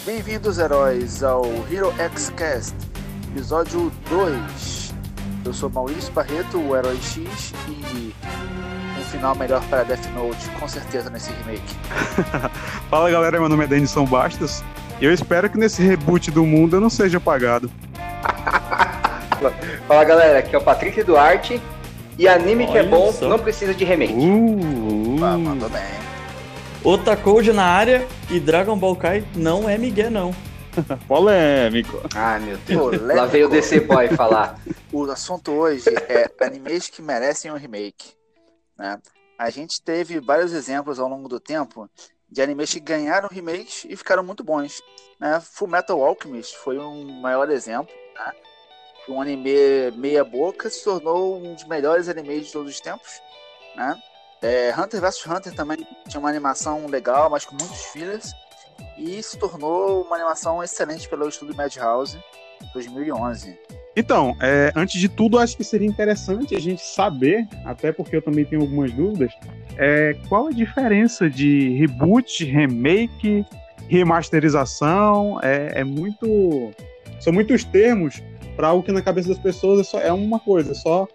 Bem-vindos, heróis, ao Hero X Cast, episódio 2. Eu sou Maurício Barreto, o Herói X, e um final melhor para Death Note, com certeza, nesse remake. Fala galera, meu nome é Denison Bastos, e eu espero que nesse reboot do mundo eu não seja apagado. Fala galera, aqui é o Patrick Duarte, e anime que é bom não precisa de remake. Mandou bem. Otacode na área e Dragon Ball Kai não é migué, não. Polêmico. Ai meu Deus, Polêmico. Lá veio o DC Boy falar. O assunto hoje é animes que merecem um remake, né? A gente teve vários exemplos ao longo do tempo de animes que ganharam remakes e ficaram muito bons, né? Fullmetal Alchemist foi um maior exemplo, né? Um anime meia boca se tornou um dos melhores animes de todos os tempos, né? Hunter vs Hunter também tinha uma animação legal, mas com muitos fillers, e se tornou uma animação excelente pelo estúdio Madhouse em 2011. Então, antes de tudo, acho que seria interessante a gente saber, até porque eu também tenho algumas dúvidas, qual a diferença de reboot, remake, remasterização. São muitos termos para algo que na cabeça das pessoas é uma coisa,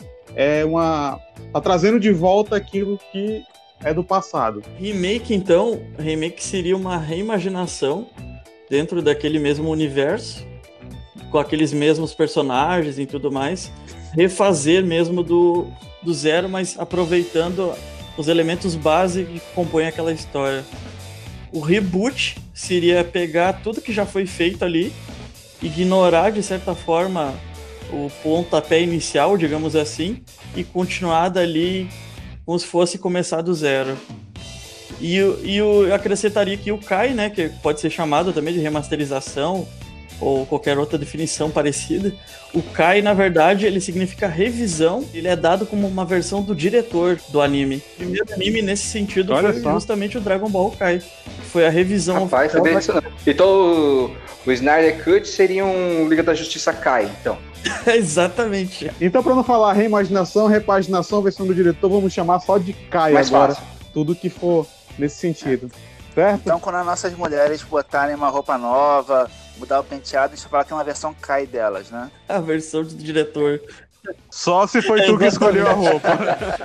tá trazendo de volta aquilo que é do passado. Remake, então, remake seria uma reimaginação dentro daquele mesmo universo, com aqueles mesmos personagens e tudo mais, refazer mesmo do zero, mas aproveitando os elementos base que compõem aquela história. O reboot seria pegar tudo que já foi feito ali, ignorar de certa forma o pontapé inicial, digamos assim, e continuar dali como se fosse começar do zero. E eu acrescentaria que o Kai, né, que pode ser chamado também de remasterização ou qualquer outra definição parecida, o Kai, na verdade, ele significa revisão, ele é dado como uma versão do diretor do anime. O primeiro anime nesse sentido foi justamente o Dragon Ball Kai, que foi a revisão. Rapaz, sabia disso não. Então o Snyder Cut seria um Liga da Justiça Kai, então. Exatamente. Então, para não falar reimaginação, repaginação, versão do diretor, vamos chamar só de Kai mais agora. Fácil. Tudo que for nesse sentido. Certo? Então, quando as nossas mulheres botarem uma roupa nova, mudar o penteado, a gente vai falar que tem uma versão Kai delas, né? A versão do diretor. Só se foi tu que escolheu a roupa.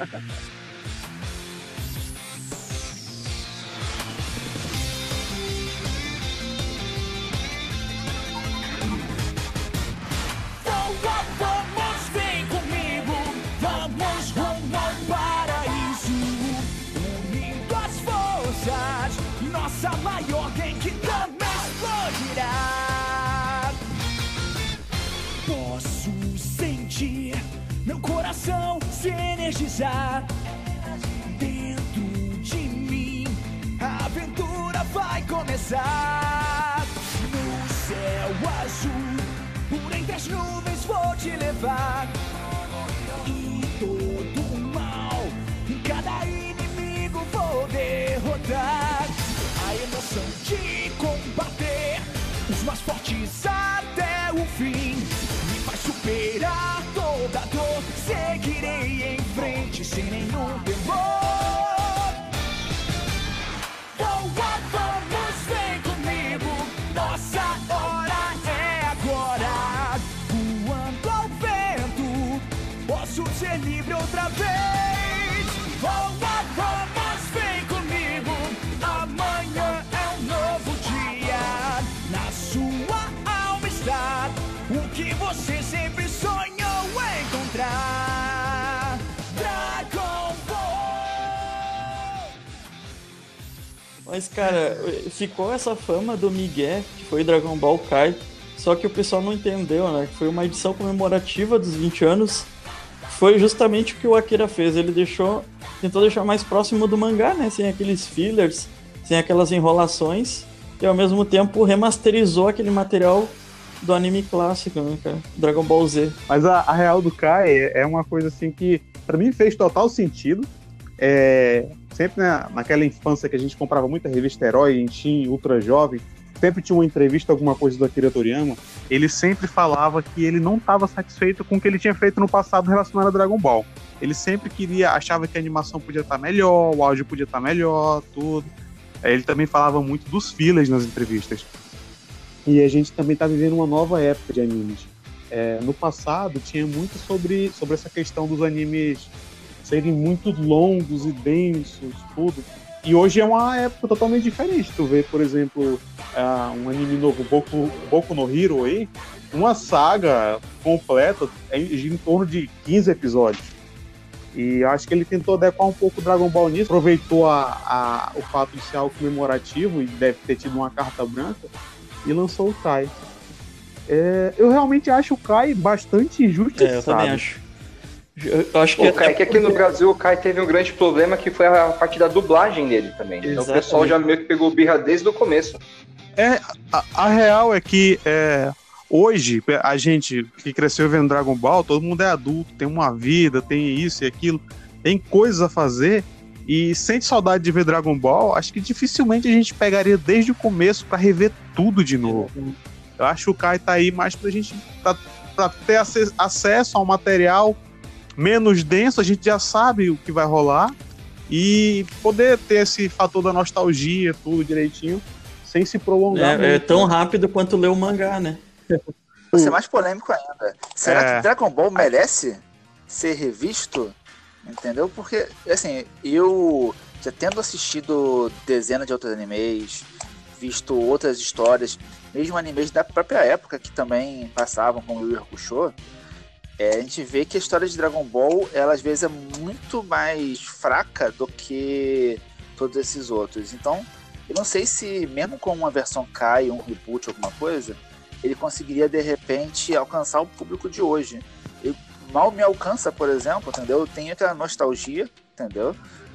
Nossa maior que também explodirá. Posso sentir meu coração se energizar. Dentro de mim a aventura vai começar. No céu azul, por entre as nuvens vou te levar. E todo o mal, cada inimigo vou derrotar. A emoção de combater os mais fortes até o fim me faz superar toda dor. Seguirei em frente sem nenhum temor. Vamos, vem comigo, nossa hora é agora. Voando ao vento, posso ser livre outra vez. Vamos, vem comigo, amanhã é um novo dia. Na sua alma está o que você sempre sonhou encontrar. Dragon Ball. Mas, cara, ficou essa fama do migué, que foi Dragon Ball Kai, só que o pessoal não entendeu, né? Que foi uma edição comemorativa dos 20 anos. Foi justamente o que o Akira fez. Ele tentou deixar mais próximo do mangá, né? Sem aqueles fillers, sem aquelas enrolações, e ao mesmo tempo remasterizou aquele material do anime clássico, né, cara? Dragon Ball Z. Mas a real do Kai é uma coisa assim que pra mim fez total sentido. Sempre naquela infância que a gente comprava muita revista Herói, Inshin, Ultra Jovem, sempre tinha uma entrevista, alguma coisa do Akira Toriyama, ele sempre falava que ele não estava satisfeito com o que ele tinha feito no passado relacionado a Dragon Ball. Ele sempre achava que a animação podia estar melhor, o áudio podia estar melhor, tudo. Ele também falava muito dos fillers nas entrevistas. E a gente também está vivendo uma nova época de animes. No passado tinha muito sobre essa questão dos animes serem muito longos e densos, tudo. E hoje é uma época totalmente diferente. Tu vê, por exemplo, um anime novo, Boku no Hero, aí, uma saga completa em torno de 15 episódios. E acho que ele tentou adequar um pouco o Dragon Ball nisso, aproveitou o fato de ser algo comemorativo e deve ter tido uma carta branca, e lançou o Kai. Eu realmente acho o Kai bastante injustiçado. Eu também acho. Eu acho que o Kai, que aqui no Brasil o Kai teve um grande problema que foi a parte da dublagem dele também. Então o pessoal já meio que pegou birra desde o começo. A real é que hoje, a gente que cresceu vendo Dragon Ball, todo mundo é adulto, tem uma vida, tem isso e aquilo, tem coisas a fazer e sente saudade de ver Dragon Ball. Acho que dificilmente a gente pegaria desde o começo pra rever tudo de novo. Eu acho que o Kai tá aí mais pra gente pra ter acesso ao material menos denso, a gente já sabe o que vai rolar e poder ter esse fator da nostalgia, tudo direitinho, sem se prolongar. É tão rápido quanto ler o mangá, né? Vou ser mais polêmico ainda. Será que Dragon Ball merece ser revisto? Entendeu? Porque, assim, eu já tendo assistido dezenas de outros animes, visto outras histórias, mesmo animes da própria época que também passavam, como o Yu Yu Hakusho, a gente vê que a história de Dragon Ball, ela às vezes é muito mais fraca do que todos esses outros. Então, eu não sei se, mesmo com uma versão Kai, um reboot, alguma coisa, ele conseguiria, de repente, alcançar o público de hoje. Ele mal me alcança, por exemplo, entendeu? Eu tenho aquela nostalgia, entendeu?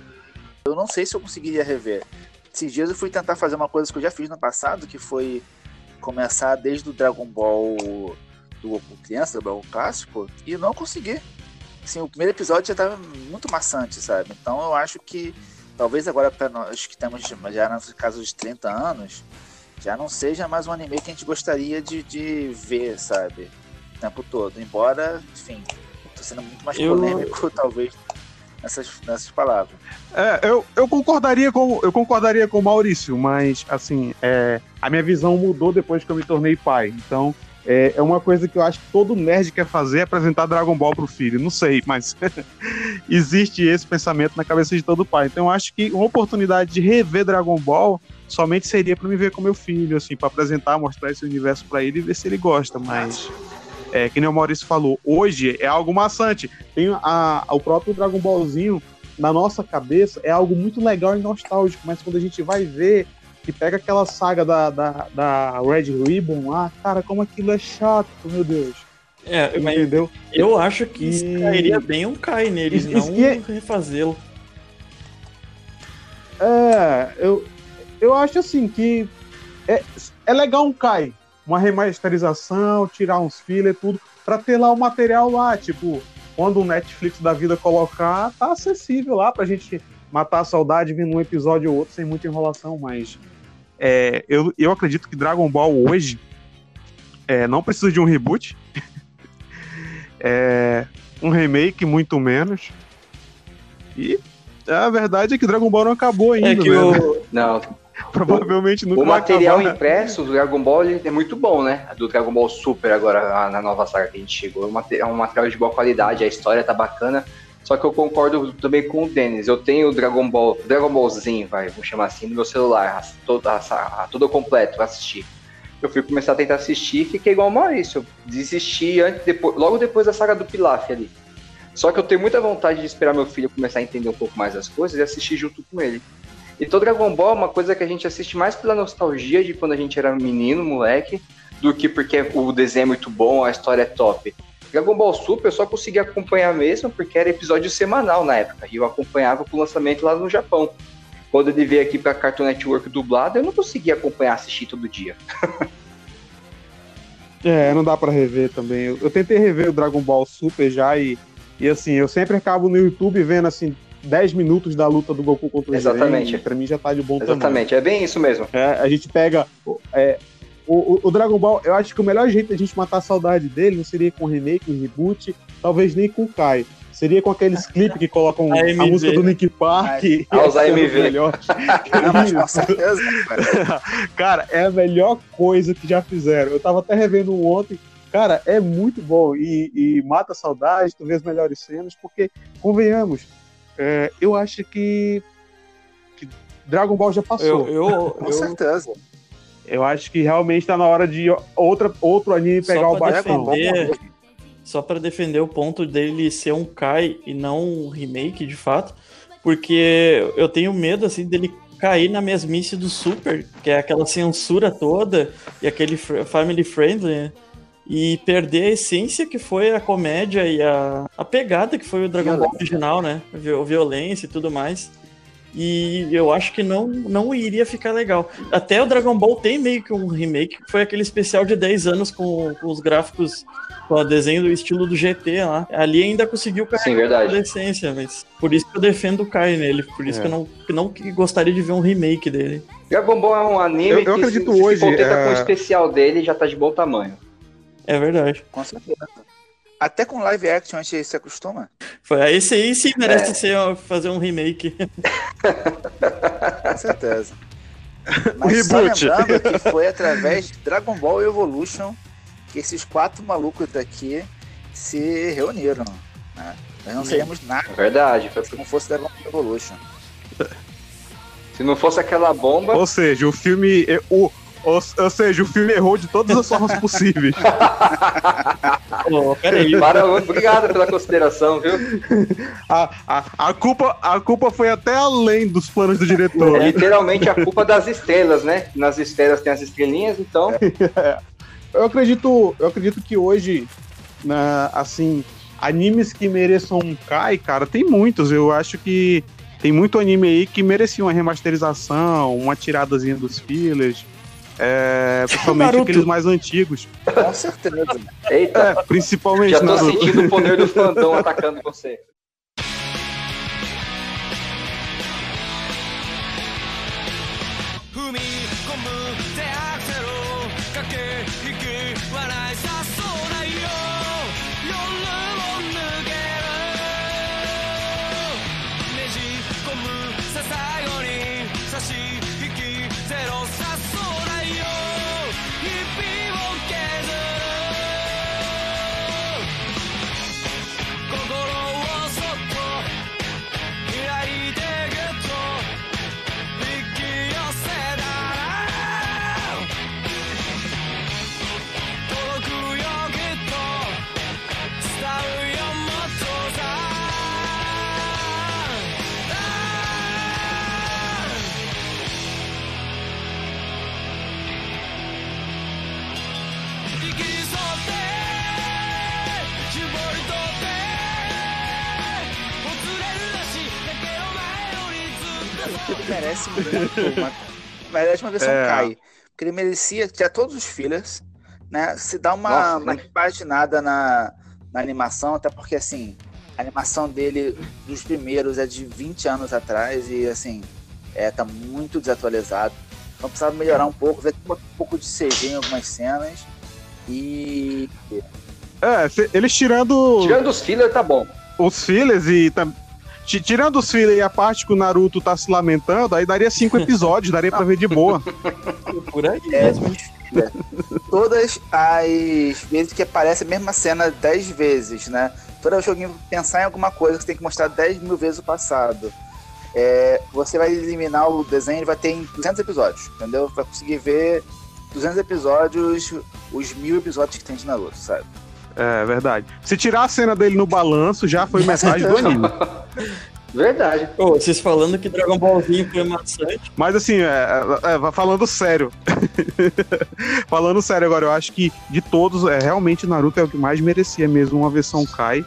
Eu não sei se eu conseguiria rever. Esses dias eu fui tentar fazer uma coisa que eu já fiz no passado, que foi começar desde o Dragon Ball do Goku criança, do Dragon Ball clássico, e não consegui. Assim, o primeiro episódio já estava muito maçante, sabe? Então eu acho que talvez agora para nós que estamos já na casa dos 30 anos, já não seja mais um anime que a gente gostaria de ver, sabe? O tempo todo. Embora, enfim, tô sendo muito mais polêmico, talvez, nessas palavras. Eu concordaria com o Maurício, mas assim, a minha visão mudou depois que eu me tornei pai. Então, é uma coisa que eu acho que todo nerd quer fazer, é apresentar Dragon Ball pro filho. Não sei, mas existe esse pensamento na cabeça de todo pai. Então eu acho que uma oportunidade de rever Dragon Ball somente seria para me ver com meu filho, assim, para apresentar, mostrar esse universo para ele e ver se ele gosta. Mas, que nem o Maurício falou, hoje é algo maçante. Tem o próprio Dragon Ballzinho na nossa cabeça, é algo muito legal e nostálgico, mas quando a gente vai ver que pega aquela saga da Red Ribbon lá, cara, como aquilo é chato, meu Deus. Entendeu? Eu acho que cairia bem um Kai neles, não refazê-lo. Eu acho assim que é legal um Kai, uma remasterização, tirar uns filler e tudo, pra ter lá o material lá, tipo, quando o Netflix da vida colocar, tá acessível lá pra gente matar a saudade vindo um episódio ou outro sem muita enrolação, mas eu acredito que Dragon Ball hoje não precisa de um reboot, um remake muito menos, e a verdade é que Dragon Ball não acabou ainda, Não. Provavelmente nunca o vai material acabar. impresso do Dragon Ball é muito bom, né? Do Dragon Ball Super agora, na nova saga que a gente chegou, é um material de boa qualidade, a história tá bacana. Só que eu concordo também com o Denis. Eu tenho o Dragon Ballzinho, vamos chamar assim, no meu celular, todo completo pra assistir. Eu fui começar a tentar assistir e fiquei igual o Maurício. Eu desisti logo depois da saga do Pilaf ali. Só que eu tenho muita vontade de esperar meu filho começar a entender um pouco mais as coisas e assistir junto com ele. Então Dragon Ball é uma coisa que a gente assiste mais pela nostalgia de quando a gente era menino, moleque, do que porque o desenho é muito bom, a história é top. Dragon Ball Super eu só consegui acompanhar mesmo porque era episódio semanal na época, e eu acompanhava com o lançamento lá no Japão. Quando ele veio aqui pra Cartoon Network dublado, eu não conseguia acompanhar, assistir todo dia. Não dá pra rever também. Eu tentei rever o Dragon Ball Super já e assim, eu sempre acabo no YouTube vendo assim 10 minutos da luta do Goku contra o Exatamente. Pra mim já tá de bom tamanho. Exatamente, é bem isso mesmo. A gente pega o Dragon Ball, eu acho que o melhor jeito da gente matar a saudade dele não seria com remake, um reboot, talvez nem com o Kai. Seria com aqueles clipes que colocam AMV. a música do Linkin Park. Os AMV. Melhor. Não, mas com certeza, cara. Cara, é a melhor coisa que já fizeram. Eu tava até revendo ontem. Cara, é muito bom. E mata a saudade, tu vê as melhores cenas, porque, convenhamos, eu acho que Dragon Ball já passou. Com certeza. Eu acho que realmente tá na hora de outro anime pegar o bastão. Só pra defender o ponto dele ser um Kai e não um remake, de fato, porque eu tenho medo, assim, dele cair na mesmice do Super, que é aquela censura toda e aquele family friendly, né? E perder a essência que foi a comédia e a pegada que foi o Dragon Ball original, né? Violência e tudo mais. E eu acho que não iria ficar legal. Até o Dragon Ball tem meio que um remake, que foi aquele especial de 10 anos com os gráficos, com o desenho do estilo do GT lá. Ali ainda conseguiu carregar a essência, mas por isso que eu defendo o Kai nele. Por isso que eu não gostaria de ver um remake dele. Dragon Ball é um anime eu acredito se hoje, contenta com o especial dele, já tá de bom tamanho. É verdade. Com certeza. Até com live action a gente se acostuma. Esse aí sim merece fazer um remake. Com certeza. Mas só lembrando que foi através de Dragon Ball Evolution que esses 4 malucos daqui se reuniram. Né? Nós não seríamos nada. É verdade. Se não fosse Dragon Ball Evolution. Se não fosse aquela bomba... Ou seja, o filme... Ou seja, o filme errou de todas as formas possíveis. Peraí. Obrigado pela consideração, viu? A culpa foi até além dos planos do diretor. É literalmente a culpa das estrelas, né? Nas estrelas tem as estrelinhas, então... Eu acredito que hoje, assim, animes que mereçam um Kai, cara, tem muitos. Eu acho que tem muito anime aí que merecia uma remasterização, uma tiradazinha dos fillers. Principalmente Naruto. Aqueles mais antigos. Com certeza. Eita, Principalmente já tô Naruto. sentindo o poder do fandom atacando você. Ele merece muito, merece uma versão Kai. Porque ele merecia tirar todos os fillers, né? Se dá uma paginada na animação, até porque assim, a animação dele dos primeiros é de 20 anos atrás e assim, tá muito desatualizado. Então precisava melhorar um pouco, ver um pouco de CG em algumas cenas. E. Eles tirando. Tirando os fillers, tá bom. Os fillers e. Tirando os fillers e a parte que o Naruto tá se lamentando, aí daria 5 episódios, daria pra ver de boa. Por aí mesmo. Todas as vezes que aparece a mesma cena 10 vezes, né? Toda vez que alguém pensar em alguma coisa, você tem que mostrar 10 mil vezes o passado. Você vai eliminar o desenho, ele vai ter em 200 episódios, entendeu? Vai conseguir ver 200 episódios, os 1000 episódios que tem de Naruto, sabe? É verdade. Se tirar a cena dele no balanço, já foi metade do anime. Verdade. Vocês falando que Dragon Ballzinho foi maçante. Mas assim, falando sério. Falando sério agora, eu acho que de todos, realmente Naruto é o que mais merecia mesmo uma versão Kai.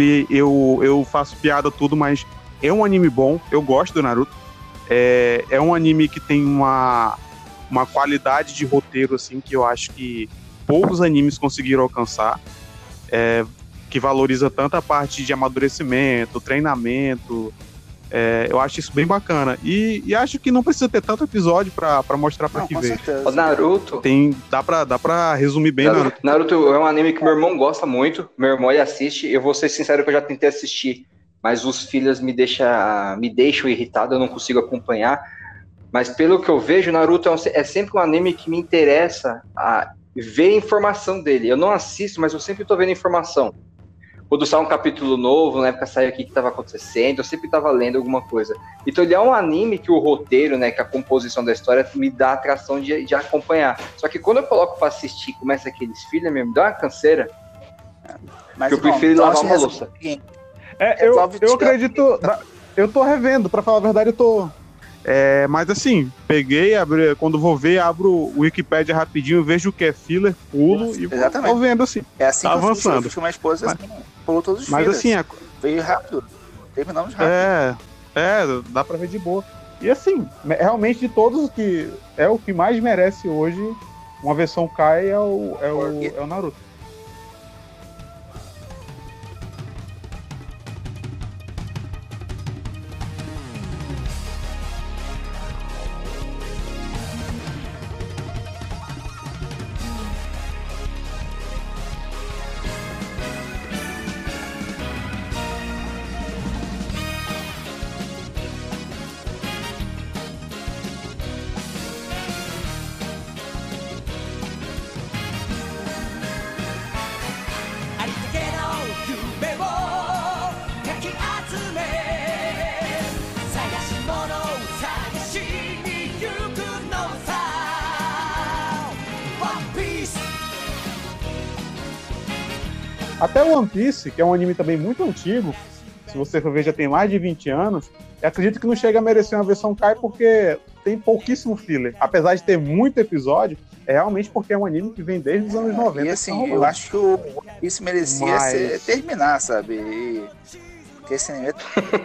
Eu faço piada tudo, mas é um anime bom, eu gosto do Naruto. É um anime que tem uma qualidade de roteiro assim, que eu acho que poucos animes conseguiram alcançar. Que valoriza tanto a parte de amadurecimento, treinamento, Eu acho isso bem bacana. E acho que não precisa ter tanto episódio pra mostrar pra Não, que com ver. certeza. O Naruto. Dá pra resumir bem Naruto. Naruto é um anime que meu irmão gosta muito. Meu irmão ele assiste. Eu vou ser sincero que eu já tentei assistir, mas os filhos me deixam irritado, eu não consigo acompanhar. Mas pelo que eu vejo, Naruto é sempre um anime que me interessa a ver a informação dele. Eu não assisto, mas eu sempre tô vendo informação. Quando sai um capítulo novo, na época saiu o que estava acontecendo, eu sempre estava lendo alguma coisa. Então ele é um anime que o roteiro, né, que a composição da história me dá atração de acompanhar. Só que quando eu coloco para assistir e começa aqueles filhos, me dá uma canseira. Mas, que eu prefiro então, lavar acho uma que louça. Eu acredito. Eu tô revendo, pra falar a verdade, eu tô. Mas assim, peguei, quando vou ver, abro o Wikipedia rapidinho, vejo o que é filler, pulo e Exatamente. tô vendo assim. É assim Tá que eu avançando. fiz com minha esposa, assim, pulou todos os Mas filhos. assim, Veio rápido. Terminamos rápido. dá pra ver de boa. E assim, realmente de todos que é o que mais merece hoje uma versão Kai é o Naruto. Até o One Piece, que é um anime também muito antigo, se você for ver já tem mais de 20 anos, eu acredito que não chega a merecer uma versão Kai porque tem pouquíssimo filler. Apesar de ter muito episódio, é realmente porque é um anime que vem desde os anos 90. E assim, eu acho que o One Piece merecia terminar, sabe? Porque esse anime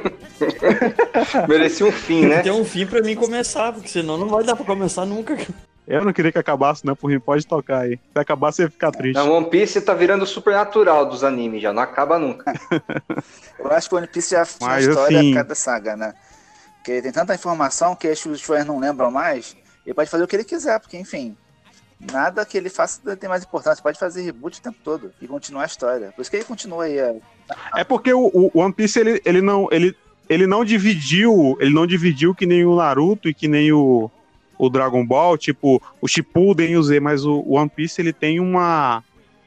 merecia um fim, né? Tem um fim pra mim começar, porque senão não vai dar pra começar nunca. Eu não queria que acabasse, né? Por mim, pode tocar aí. Se acabar, você ia ficar triste. Não, One Piece tá virando supernatural dos animes, já não acaba nunca. Eu acho que o One Piece já tinha uma história a cada saga, né? Porque tem tanta informação que acho que os fãs não lembram mais. Ele pode fazer o que ele quiser, porque, enfim, nada que ele faça tem mais importância. Pode fazer reboot o tempo todo e continuar a história. Por isso que ele continua aí. É porque o One Piece, ele não dividiu que nem o Naruto e que nem o Dragon Ball, tipo, o Shippuden e o Z, mas o One Piece, ele tem uma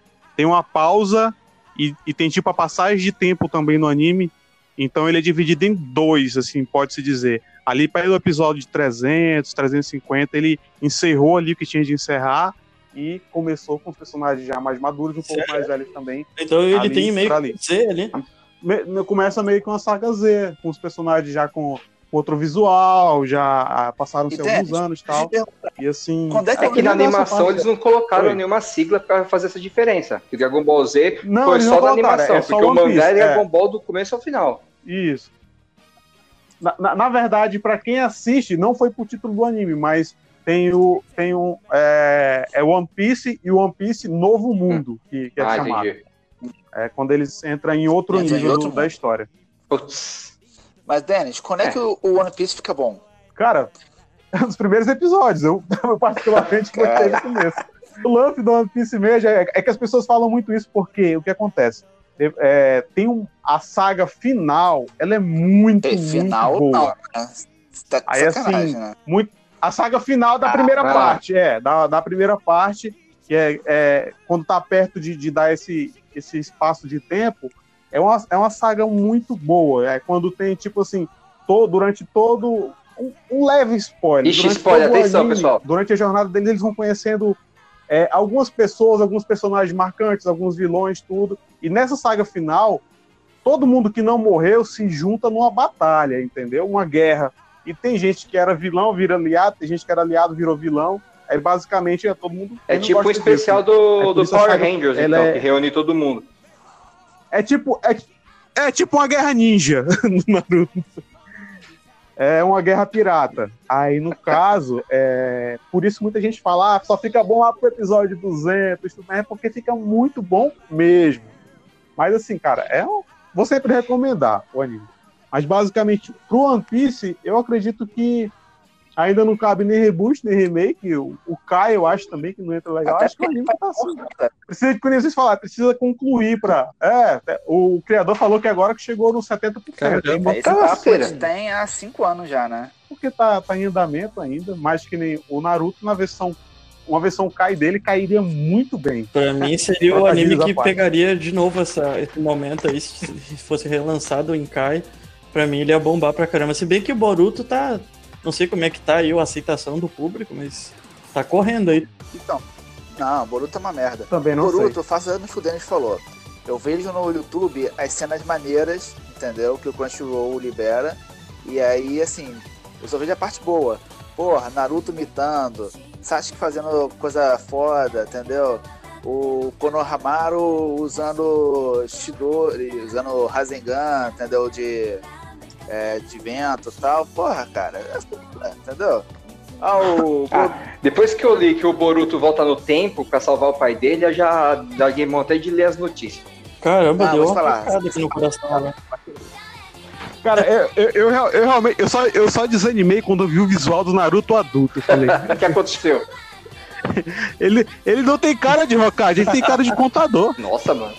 pausa e tem, tipo, a passagem de tempo também no anime, então ele é dividido em dois, assim, pode-se dizer. Ali, para o episódio de 300, 350, ele encerrou ali o que tinha de encerrar e começou com os personagens já mais maduros, um pouco mais velhos também. Então ele tem meio que Z ali. Começa meio com a saga Z, com os personagens já com outro visual, já passaram-se alguns anos e tal. E assim. É que na animação eles não colocaram nenhuma sigla pra fazer essa diferença. O Dragon Ball Z foi só da animação, porque o mangá é Dragon Ball do começo ao final. Isso. Na verdade, pra quem assiste, não foi pro título do anime, mas tem One Piece e One Piece Novo Mundo, que é chamado. Entendi. É quando eles entram em outro nível da história. Putz. Mas, Dennis, quando é que o One Piece fica bom? Cara, nos primeiros episódios, eu particularmente gostei do começo. O lance do One Piece mesmo é que as pessoas falam muito isso porque o que acontece? A saga final, ela é muito boa. Não, né? Tá com sacanagem, né? A saga final da primeira parte, da primeira parte, que é quando tá perto de dar esse espaço de tempo, é uma saga muito boa. É quando tem, tipo assim, durante todo... Um leve spoiler. Ixi, spoiler, atenção, anime, pessoal. Durante a jornada deles, eles vão conhecendo algumas pessoas, alguns personagens marcantes, alguns vilões, tudo. E nessa saga final, todo mundo que não morreu se junta numa batalha, entendeu? Uma guerra. E tem gente que era vilão, vira aliado, tem gente que era aliado, virou vilão. Aí, basicamente, todo mundo... É tipo um especial do Power Rangers, então, que reúne todo mundo. É tipo uma guerra ninja no Naruto. É uma guerra pirata. Aí, no caso, por isso muita gente fala, só fica bom lá pro episódio 200, mas é porque fica muito bom mesmo. Mas assim, cara, vou sempre recomendar o anime. Mas basicamente, pro One Piece, eu acredito que ainda não cabe nem reboot, nem remake. O Kai, eu acho também que não entra legal. Até Acho que o anime tá assim. Precisa, como vocês falaram, precisa concluir pra... o criador falou que agora que chegou nos 70%. Caramba. Esse papo a gente tem há 5 anos já, né? Porque tá em andamento ainda, mais que nem o Naruto uma versão Kai dele cairia muito bem. Pra mim seria o anime que pegaria de novo esse momento aí, se fosse relançado em Kai. Pra mim ele ia bombar pra caramba. Se bem que o Boruto tá... Não sei como é que tá aí a aceitação do público, mas tá correndo aí. Então, não, Boruto é uma merda. Também não Boruto, sei. faço anos que o Denis falou. Eu vejo no YouTube as cenas maneiras, entendeu? Que o Crunchyroll libera. E aí, assim, eu só vejo a parte boa. Porra, Naruto mitando, Sasuke fazendo coisa foda, entendeu? O Konohamaru usando Shidori, usando Rasengan, entendeu? De vento e tal. Porra, cara, entendeu? Depois que eu li que o Boruto volta no tempo pra salvar o pai dele, eu já larguei vontade de ler as notícias. Caramba, Não, deu vou uma falar. facada aqui no coração, né? Cara, eu realmente eu só desanimei quando eu vi o visual do Naruto adulto. Eu falei, O que aconteceu? ele não tem cara de Hokage, ele tem cara de contador. Nossa, mano.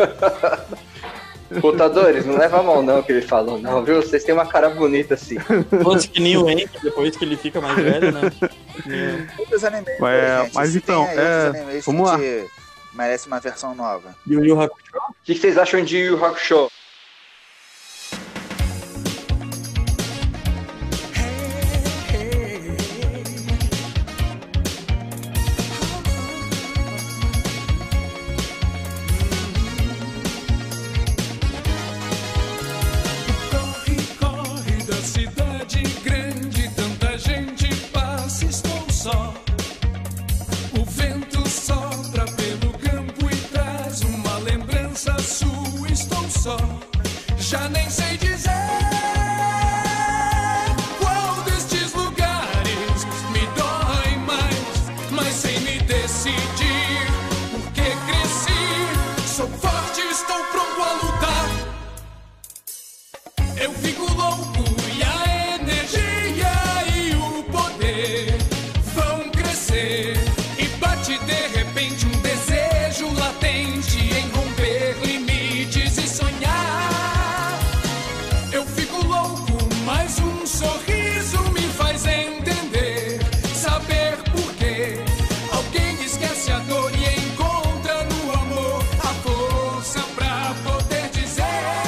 Contadores, não leva a mal não que ele falou, não, viu? Vocês têm uma cara bonita assim. Fosse que nem o Enki, depois que ele fica mais velho, né? Muitos animes, gente. Mas Se então, tem aí outros animes vamos lá. que merece uma versão nova. E o Yu Hakusho? O que vocês acham de Yu Yu Hakusho? Corre, corre da cidade grande, tanta gente passa, estou só. O vento sopra pelo campo e traz uma lembrança sua, estou só. Já nem sei dizer qual destes lugares me dói mais, mas sem me decidir, porque cresci, sou forte, estou pronto a lutar. Eu fico louco e a energia e o poder vão crescer. E bate de repente um desejo latente em romper limites e sonhar. Eu fico louco, mas um sorriso me faz entender, saber por quê. Alguém esquece a dor e encontra no amor a força pra poder dizer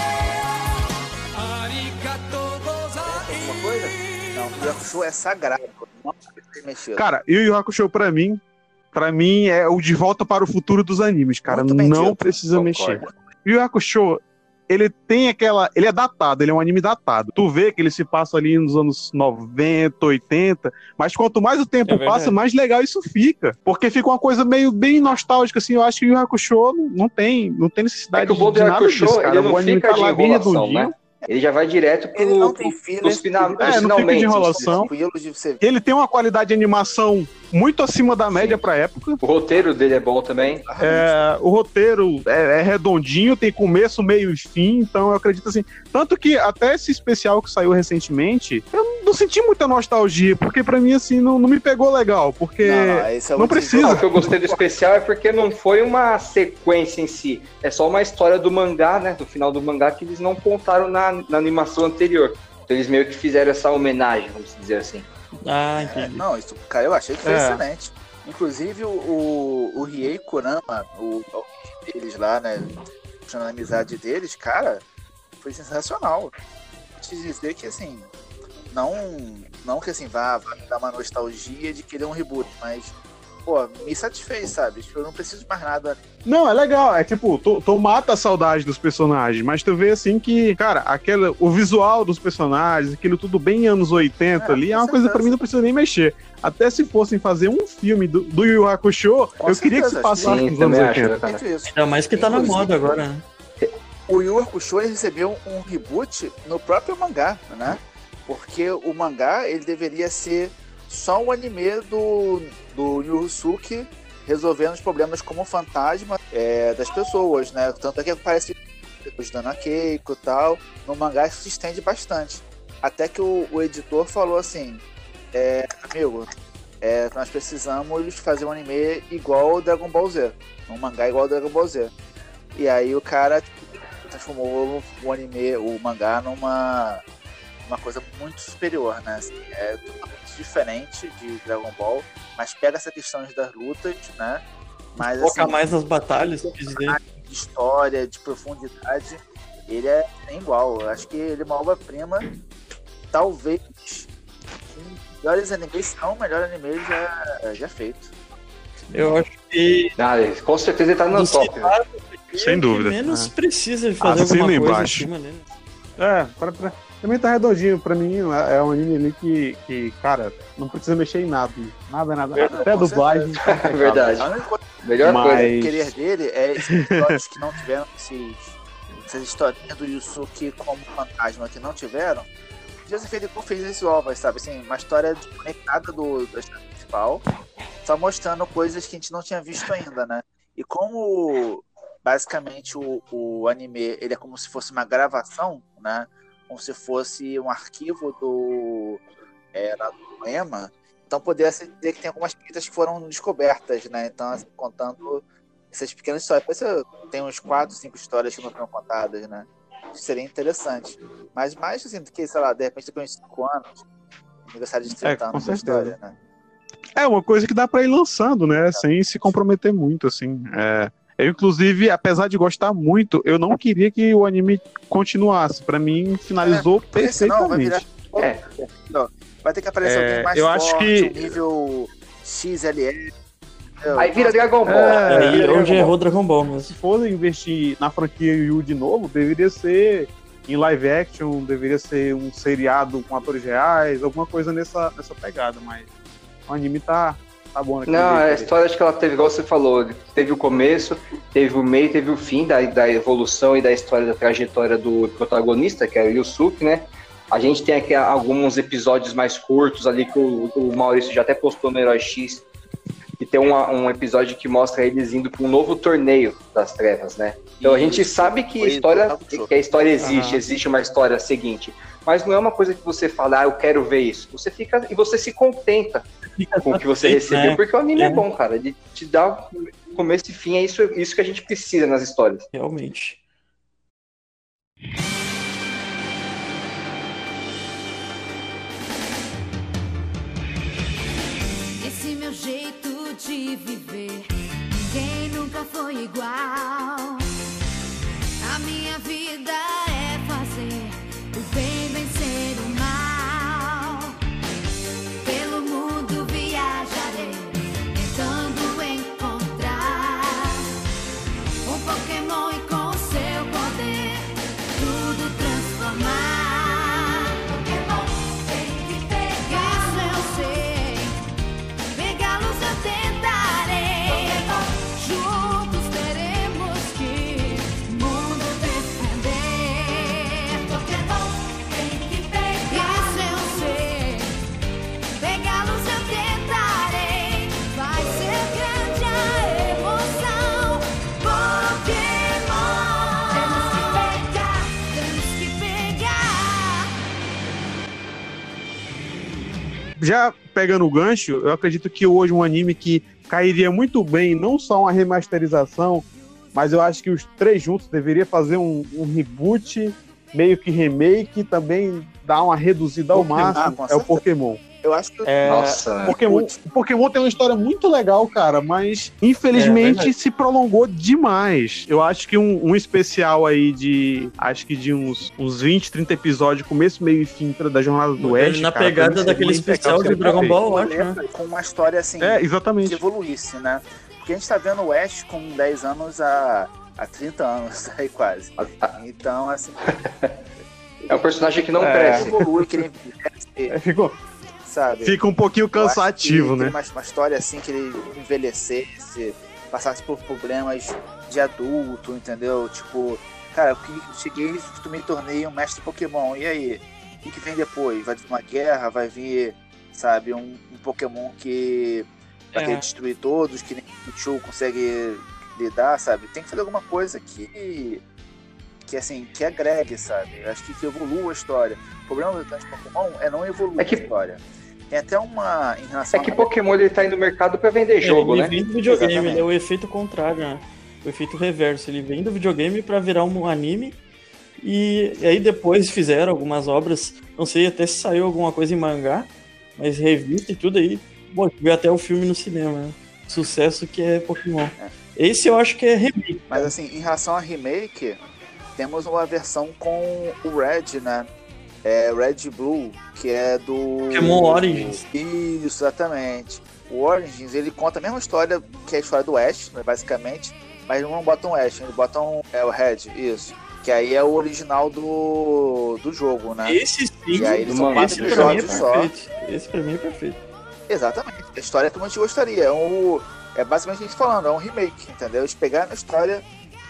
arigato gozaimasu. Uma coisa? Não, o Yu Hakusho é sagrado. Não pode ser mexido. Cara, Yu Yu Hakusho pra mim é o de volta para o futuro dos animes, cara. Muito bem Não dito. precisa Concordo. mexer. Yu Yu Hakusho, ele tem ele é datado, ele é um anime datado. Tu vê que ele se passa ali nos anos 90, 80, mas quanto mais o tempo É verdade. passa, mais legal isso fica. Porque fica uma coisa meio bem nostálgica, assim. Eu acho que o Yu Yu Hakusho não tem necessidade É que o bom do de nada Hakusho, disso, cara. ele não O anime fica tá de lá bem enrolação, redondinho. né? Ele já vai direto Ele não tem filler, pros não fica de finalmente. enrolação. Tranquilo de você. Ele tem uma qualidade de animação muito acima da média pra época. O roteiro dele é bom também. O roteiro é redondinho, tem começo, meio e fim, então eu acredito assim. Tanto que até esse especial que saiu recentemente, eu não senti muita nostalgia, porque pra mim, assim, não me pegou legal, porque esse é não o precisa. O que eu gostei do especial é porque não foi uma sequência em si. É só uma história do mangá, né? Do final do mangá que eles não contaram na animação anterior. Então eles meio que fizeram essa homenagem, vamos dizer assim. Ah, entendi. Não, isso, cara, eu achei que foi É. excelente. Inclusive o Riei Kurama, o deles lá, né? Puxando a amizade deles, cara, foi sensacional. Vou te dizer que assim, não que assim, vá me dar uma nostalgia de querer um reboot, mas pô, me satisfez, sabe? Eu não preciso de mais nada. Não, é legal. É tipo, tu mata a saudade dos personagens, mas tu vê assim que, cara, o visual dos personagens, aquilo tudo bem anos 80 ali, é uma com coisa certeza. pra mim não precisa nem mexer. Até se fossem fazer um filme do Yu Yu Hakusho, Com eu queria que se certeza, passasse sim, nos anos também acho, 80. né, cara? Feito isso. Ainda mais que tá na Inclusive, moda agora, né? O Yu Yu Hakusho ele recebeu um reboot no próprio mangá, né? Porque o mangá ele deveria ser só um anime do Yusuke resolvendo os problemas como fantasma das pessoas, né? Tanto é que aparece ajudando a Keiko e tal. No mangá isso se estende bastante. Até que o editor falou assim, amigo, nós precisamos fazer um anime igual ao Dragon Ball Z. Um mangá igual ao Dragon Ball Z. E aí o cara transformou o anime, o mangá, numa coisa muito superior, né? Assim, é totalmente diferente de Dragon Ball, mas pega essa questão das lutas, né? Mas, Foca assim, mais nas batalhas, quer dizer. de história, de profundidade, ele é igual. Eu acho que ele é uma obra-prima, talvez um dos melhores animes, se não o melhor anime já feito. Eu acho que Com certeza ele tá no dos top. citados aqui, Sem é o dúvida. que menos precisa de fazer Assina alguma coisa embaixo. em cima dele. Também tá redondinho. Pra mim, é um anime ali que, cara, não precisa mexer em nada. Nada. Até a com dublagem. certeza. tá impecável. Verdade. A única coisa Melhor Mas- coisa. que querer dele é esses episódios que não tiveram, essas historinhas do Yusuke como fantasma que não tiveram. Joseph Edico fez esse ovas, sabe? Assim, uma história desconectada da história principal, só mostrando coisas que a gente não tinha visto ainda, né? E como basicamente o anime ele é como se fosse uma gravação, né? Como se fosse um arquivo lá do poema, então poderia ser dizer que tem algumas pistas que foram descobertas, né? Então, assim, contando essas pequenas histórias. Parece que tem uns 4, 5 histórias que não foram contadas, né? Isso seria interessante. Mas mais assim do que, sei lá, de repente depois de 5 anos, aniversário de 30 com anos da certeza. história, né? É uma coisa que dá pra ir lançando, né? Sem se comprometer muito, assim. Eu, inclusive, apesar de gostar muito, eu não queria que o anime continuasse. Pra mim, finalizou Porque senão vai perfeitamente. virar... Não, vai ter que aparecer alguém mais eu forte, acho que- um nível XLR. entendeu? Aí vira Dragon Ball. É, Aí vira onde Dragon Ball. errou Dragon Ball Se mesmo. for investir na franquia Yu de novo, deveria ser em live action, deveria ser um seriado com atores reais, alguma coisa nessa pegada, mas o anime tá bom naquele Não, jeito a aí. história acho que ela teve, igual você falou, teve o começo, teve o meio, teve o fim da evolução e da história, da trajetória do protagonista, que é o Yusuke, né? A gente tem aqui alguns episódios mais curtos ali que o Maurício já até postou no Herói X, que tem um episódio que mostra eles indo para um novo torneio das trevas, né? Então a gente Isso, sabe que foi a história existe, Aham. existe uma história seguinte, mas não é uma coisa que você fala, eu quero ver isso. Você fica e você se contenta com o que você recebeu, porque o anime é bom, cara. Ele te dá começo e fim, é isso que a gente precisa nas histórias. Realmente. Esse meu jeito de viver, ninguém nunca foi igual. A minha vida é fazer o bem vencer o mal. Pelo mundo viajarei, tentando encontrar um Pokémon e com seu poder tudo transformar. Pokémon tem que pegar, isso eu sei. Pegá-los eu tentarei. Juntos teremos que o mundo defender. Pokémon tem que pegar, isso eu sei. Pegá-los eu tentarei. Vai ser grande a emoção. Pokémon temos que pegar. Já pegando o gancho, eu acredito que hoje um anime que cairia muito bem, não só uma remasterização, mas eu acho que os três juntos deveria fazer um reboot, meio que remake, também dar uma reduzida ao Pokémon, máximo, com é o certeza. Pokémon. Eu acho que Nossa, O Pokémon tem uma história muito legal, cara, mas infelizmente verdade. se prolongou demais. Eu acho que um especial aí acho que de uns 20, 30 episódios, começo, meio e fim da Jornada do Oeste. Na cara, pra pegada mim seria daquele impecável, especial de seria Dragon perfeito. Ball, eu acho, né? com uma história assim É, que exatamente. evoluísse, né? Porque a gente tá vendo o Ash com 10 anos há 30 anos aí quase. Então, assim, é um personagem que não É. cresce. evolui, que ele envelhece, sabe? Fica um pouquinho Eu acho cansativo, que né? Uma história assim que ele envelhecesse, passasse por problemas de adulto, entendeu? Tipo, cara, cheguei e me tornei um mestre Pokémon. E aí? O que vem depois? Vai vir uma guerra? Vai vir, sabe, um Pokémon que vai querer destruir todos, que nem o Pikachu consegue lidar, sabe? Tem que fazer alguma coisa que que agregue, sabe? Eu acho que evolua a história. O problema do Pokémon é não evoluir É que- a história. Tem até uma em relação É que Pokémon ele tá indo no mercado pra vender jogo, ele né? vem do videogame, Exatamente. ele é o efeito contrário, né? O efeito reverso. Ele vem do videogame pra virar um anime. E aí depois fizeram algumas obras, não sei até se saiu alguma coisa em mangá, mas revista e tudo aí. Bom, veio até o filme no cinema, né? Sucesso que é Pokémon. Esse eu acho que é remake. Mas assim, em relação a remake, temos uma versão com o Red, né? É Red Blue, que é do Pokémon Origins. Isso, exatamente. O Origins, ele conta a mesma história que a história do Ash, né, basicamente, mas não botam o Ash, eles botam o Red, isso. Que aí é o original do jogo, né? Esse sim, E aí eles são mano, esse quatro pra mim é episódios só. perfeito. Esse pra mim é perfeito. Exatamente. A história que a gente gostaria. É basicamente a gente falando, é um remake, entendeu? Eles pegaram a história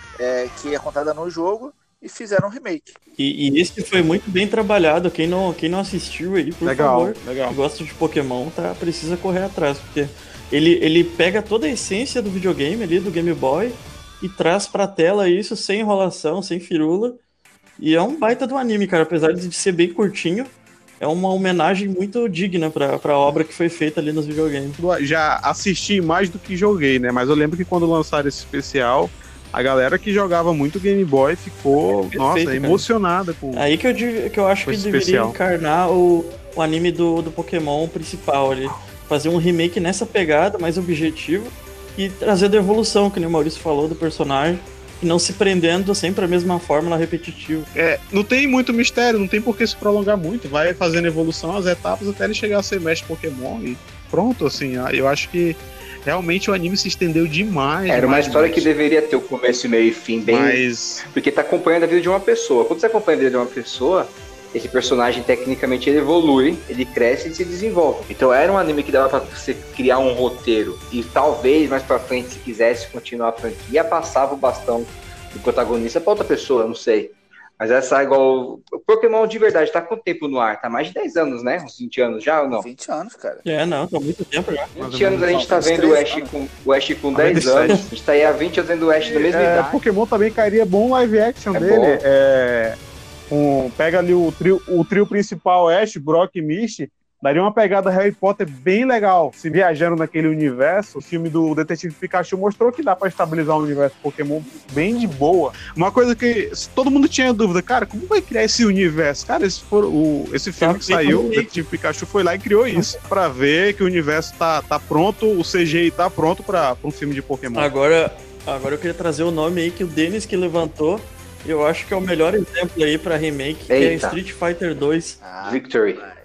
que é contada no jogo e fizeram um remake. E esse foi muito bem trabalhado. Quem não assistiu aí, por favor, legal. que gosta de Pokémon, precisa correr atrás, porque ele pega toda a essência do videogame ali, do Game Boy, e traz pra tela isso sem enrolação, sem firula. E é um baita do anime, cara. Apesar de ser bem curtinho, é uma homenagem muito digna pra obra que foi feita ali nos videogames. Já assisti mais do que joguei, né? Mas eu lembro que quando lançaram esse especial, a galera que jogava muito Game Boy ficou, Perfeito, nossa, cara. emocionada com Aí que eu acho Foi que deveria especial. encarnar o anime do Pokémon principal ali. Fazer um remake nessa pegada, mais objetivo, e trazer a evolução, que nem o Maurício falou, do personagem, e não se prendendo sempre a mesma fórmula repetitiva. não tem muito mistério, não tem por que se prolongar muito. Vai fazendo evolução as etapas até ele chegar a ser mestre Pokémon e pronto, assim. Eu acho que realmente o anime se estendeu demais. Era uma demais, história que demais. deveria ter o começo, meio e fim bem. Mas Porque tá acompanhando a vida de uma pessoa. Quando você acompanha a vida de uma pessoa, esse personagem tecnicamente ele evolui, ele cresce e se desenvolve. Então era um anime que dava pra você criar um roteiro e talvez mais pra frente, se quisesse continuar a franquia, passava o bastão do protagonista pra outra pessoa, não sei. Mas essa é igual. O Pokémon de verdade tá quanto tempo no ar? Tá mais de 10 anos, né? Uns 20 anos já ou não? 20 anos, cara. Não, tá há muito tempo já. 20 anos a gente tá Não, vendo o Ash 13 com 10 27. anos. A gente tá aí há 20 anos vendo o Ash da mesma idade. Pokémon também cairia bom live action É dele. bom. Pega ali o trio principal, Ash, Brock e Misty, daria uma pegada Harry Potter bem legal. Se viajando naquele universo, o filme do Detetive Pikachu mostrou que dá pra estabilizar o universo Pokémon bem de boa. Uma coisa que todo mundo tinha dúvida, cara, como vai criar esse universo? Cara, esse filme que saiu, o Detetive Pikachu foi lá e criou isso, pra ver que o universo tá pronto, o CGI tá pronto pra um filme de Pokémon. Agora eu queria trazer o nome aí que o Denis que levantou. Eu acho que é o melhor exemplo aí pra remake, que é Eita. Street Fighter 2. Victory. Mas-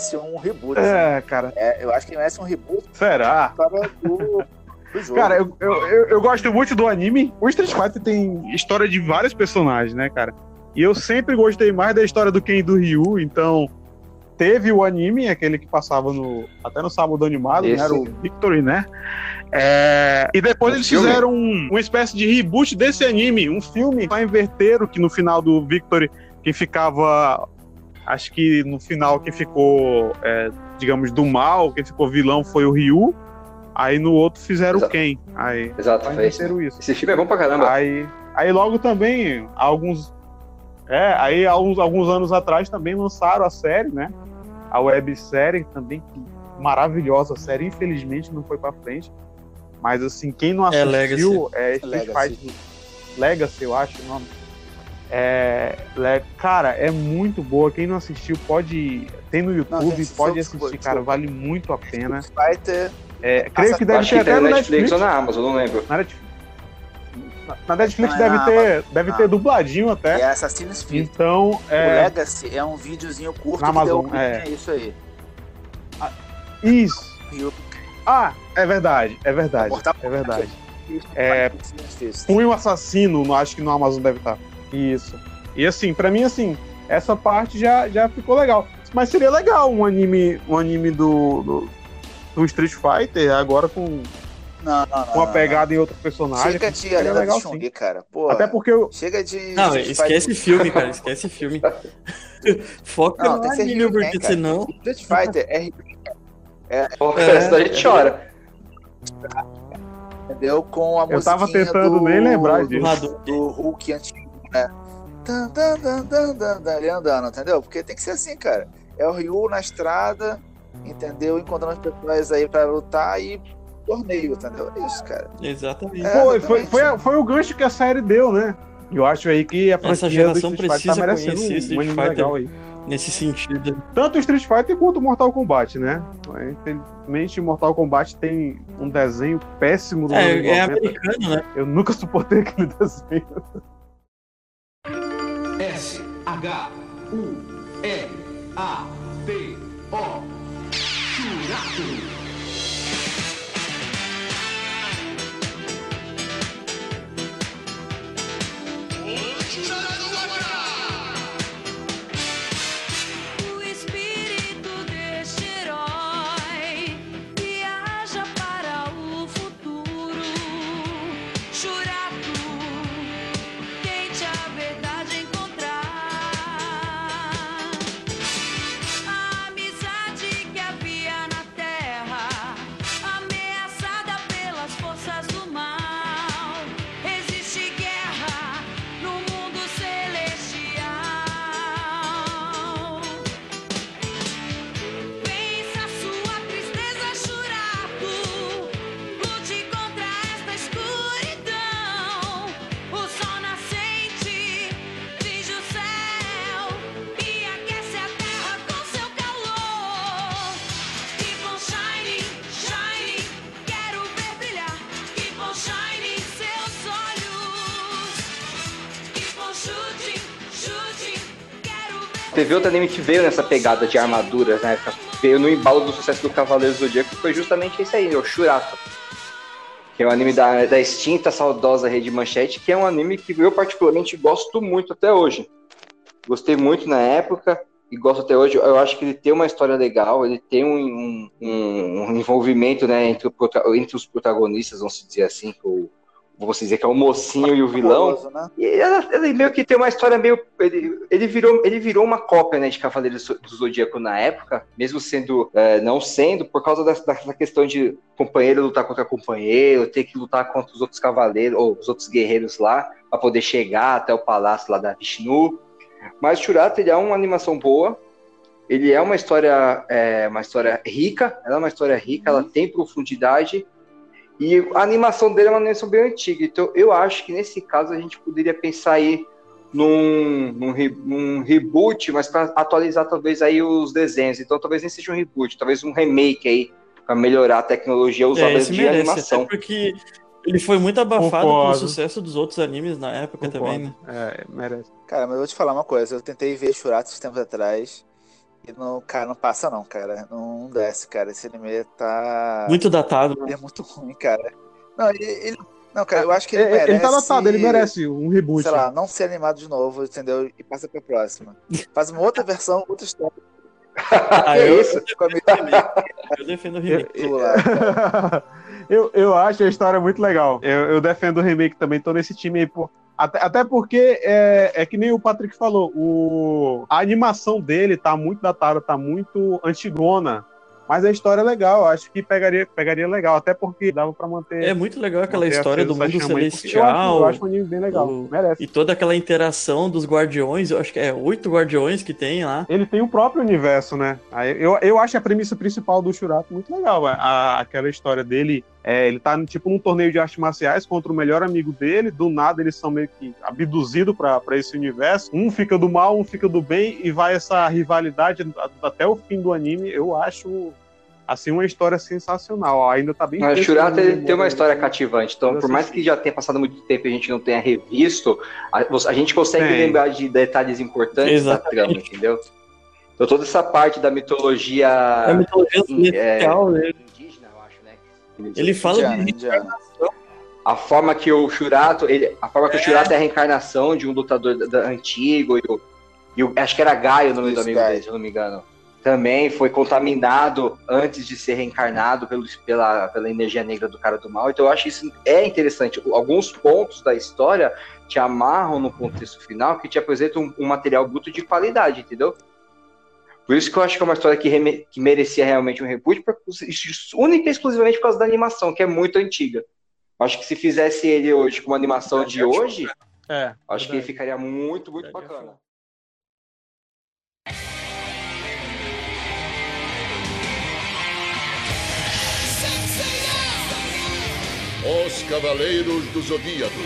merece um reboot. Assim. Cara. Eu acho que merece um reboot Será? do jogo. Cara, eu gosto muito do anime. O Street Fighter tem história de vários personagens, né, cara? E eu sempre gostei mais da história do Ken e do Ryu, então teve o anime, aquele que passava até no sábado animado, né? Era o Victory, né? E depois eles fizeram uma espécie de reboot desse anime, um filme só inverteram, que no final do Victory, quem ficava, acho que no final quem ficou, digamos, do mal, quem ficou vilão foi o Ryu, aí no outro fizeram o Ken. Exato, foi isso. Esse filme é bom pra caramba. Aí logo também, alguns anos atrás também lançaram a série, né? A websérie também, maravilhosa a série, infelizmente não foi pra frente. Mas assim, quem não assistiu Street Fighter Legacy, eu acho o nome. Cara, é muito boa. Quem não assistiu tem no YouTube, pode assistir, cara, vale muito a pena. Street Fighter. Creio que deve ter até no Netflix ou na Amazon, não lembro. Na Netflix deve ter dubladinho até. É Assassin's Creed. Então, o Legacy é um videozinho curto na Amazon, é isso aí. Isso. É verdade. Punho Assassino, acho que no Amazon deve estar. Isso. E assim, pra mim, assim, essa parte já ficou legal. Mas seria legal um anime do Street Fighter agora com uma pegada em outro personagem. Chega de Arena do Chun-Li, cara. Porra, até porque chega de... Não, esquece filme, cara. Esquece filme. Foca no anime, porque senão... Street Fighter Senão a gente chora. Entendeu? Com a musiquinha eu tava tentando nem lembrar disso. Do Hulk antigo, né? Ele andando, entendeu? Porque tem que ser assim, cara. É o Ryu na estrada, entendeu? Encontrando as pessoas aí pra lutar e torneio, entendeu? É isso, cara. Exatamente. Foi o gancho que a série deu, né? Eu acho aí que a essa geração precisa conhecer Street Fighter legal aí. Nesse sentido. Tanto o Street Fighter quanto o Mortal Kombat, né? Infelizmente, o Mortal Kombat tem um desenho péssimo do é americano, né? Eu nunca suportei aquele desenho. SHURATO. Churato. O espírito deste herói viaja para o futuro. Churato, tente a verdade encontrar. A amizade que havia na terra, ameaçada pelas forças do mal. Existe guerra no mundo celestial. Vença sua tristeza, Churato. Lute contra esta escuridão. O sol nascente finge o céu e aquece a terra com seu calor. Keep on shining, shining, quero ver brilhar. Keep on shining seus olhos. Keep on shooting, shooting, quero ver. Teve outro anime que veio nessa pegada de armaduras, né? Veio no embalo do sucesso do Cavaleiro do Zodíaco, que foi justamente esse aí, o Churato. Que é um anime da extinta, saudosa Rede Manchete, que é um anime que eu particularmente gosto muito até hoje. Gostei muito na época e gosto até hoje. Eu acho que ele tem uma história legal, ele tem um envolvimento, né, entre os protagonistas, vamos dizer assim, vamos dizer que é o mocinho e o vilão. Famoso, né? E ele meio que tem uma história meio... Ele virou uma cópia, né, de Cavaleiro do Zodíaco na época, mesmo sendo... não sendo, por causa dessa questão de companheiro lutar contra companheiro, ter que lutar contra os outros cavaleiros, ou os outros guerreiros lá, para poder chegar até o palácio lá da Vishnu. Mas Churato, ele é uma animação boa, ele é uma história rica, ela tem profundidade, e a animação dele é uma animação bem antiga, então eu acho que nesse caso a gente poderia pensar aí num reboot, mas para atualizar talvez aí os desenhos, então talvez nem seja um reboot, talvez um remake aí, para melhorar a tecnologia usada de animação. Até porque ele foi muito abafado pelo sucesso dos outros animes na época também, né? Merece. Cara, mas eu vou te falar uma coisa, eu tentei ver Churato esses tempos atrás E não, cara, não passa não, cara. Não desce, cara. Esse anime tá. Muito datado, Ele né? é muito ruim, cara. Não, não, cara, eu acho que ele Ele tá merece. datado, ele merece um reboot. Sei lá, não ser animado de novo, entendeu? E passa pra próxima. Faz uma outra versão, outra história. Ah, Que eu, isso? Com a mesma eu defendo o remake. pessoa lá. Eu acho a história muito legal. Eu defendo o remake também, tô nesse time aí. Até porque é que nem o Patrick falou, a animação dele tá muito datada, tá muito antigona. Mas a história é legal, acho que pegaria legal, até porque dava pra manter. É muito legal aquela manter a história do Feza mundo Sashama aí, porque Eu celestial. acho um anime bem legal, merece. E toda aquela interação dos guardiões, eu acho que é 8 guardiões que tem lá. Ele tem o próprio universo, né? Eu acho a premissa principal do Shurato muito legal. Aquela história dele, ele tá tipo num torneio de artes marciais contra o melhor amigo dele, do nada eles são meio que abduzidos pra esse universo. Um fica do mal, um fica do bem, e vai essa rivalidade até o fim do anime. Eu acho, assim, uma história sensacional. Ainda tá bem... Mas o fresco Shurato no ele memória, tem uma história né? cativante. Então, Eu por mais assisti. que já tenha passado muito tempo e a gente não tenha revisto, a gente consegue Tem. lembrar de detalhes importantes da Exatamente. trama, entendeu? Então, toda essa parte da mitologia É a mitologia celestial dele. indígena, eu acho, né? Ele fala Indiana, de Indiana. A forma que o Shurato, é a reencarnação de um lutador antigo, acho que era Gaio o nome do Isso, amigo Gaio. dele, se eu não me engano. Também foi contaminado antes de ser reencarnado pela energia negra do cara do mal. Então eu acho isso interessante. Alguns pontos da história te amarram no contexto final, que te apresentam um material bruto de qualidade, entendeu? Por isso que eu acho que é uma história que merecia realmente um reboot, única e exclusivamente por causa da animação, que é muito antiga. Eu acho que se fizesse ele hoje com uma animação de hoje, acho que ele ficaria muito, muito bacana. Os Cavaleiros do Zodíaco.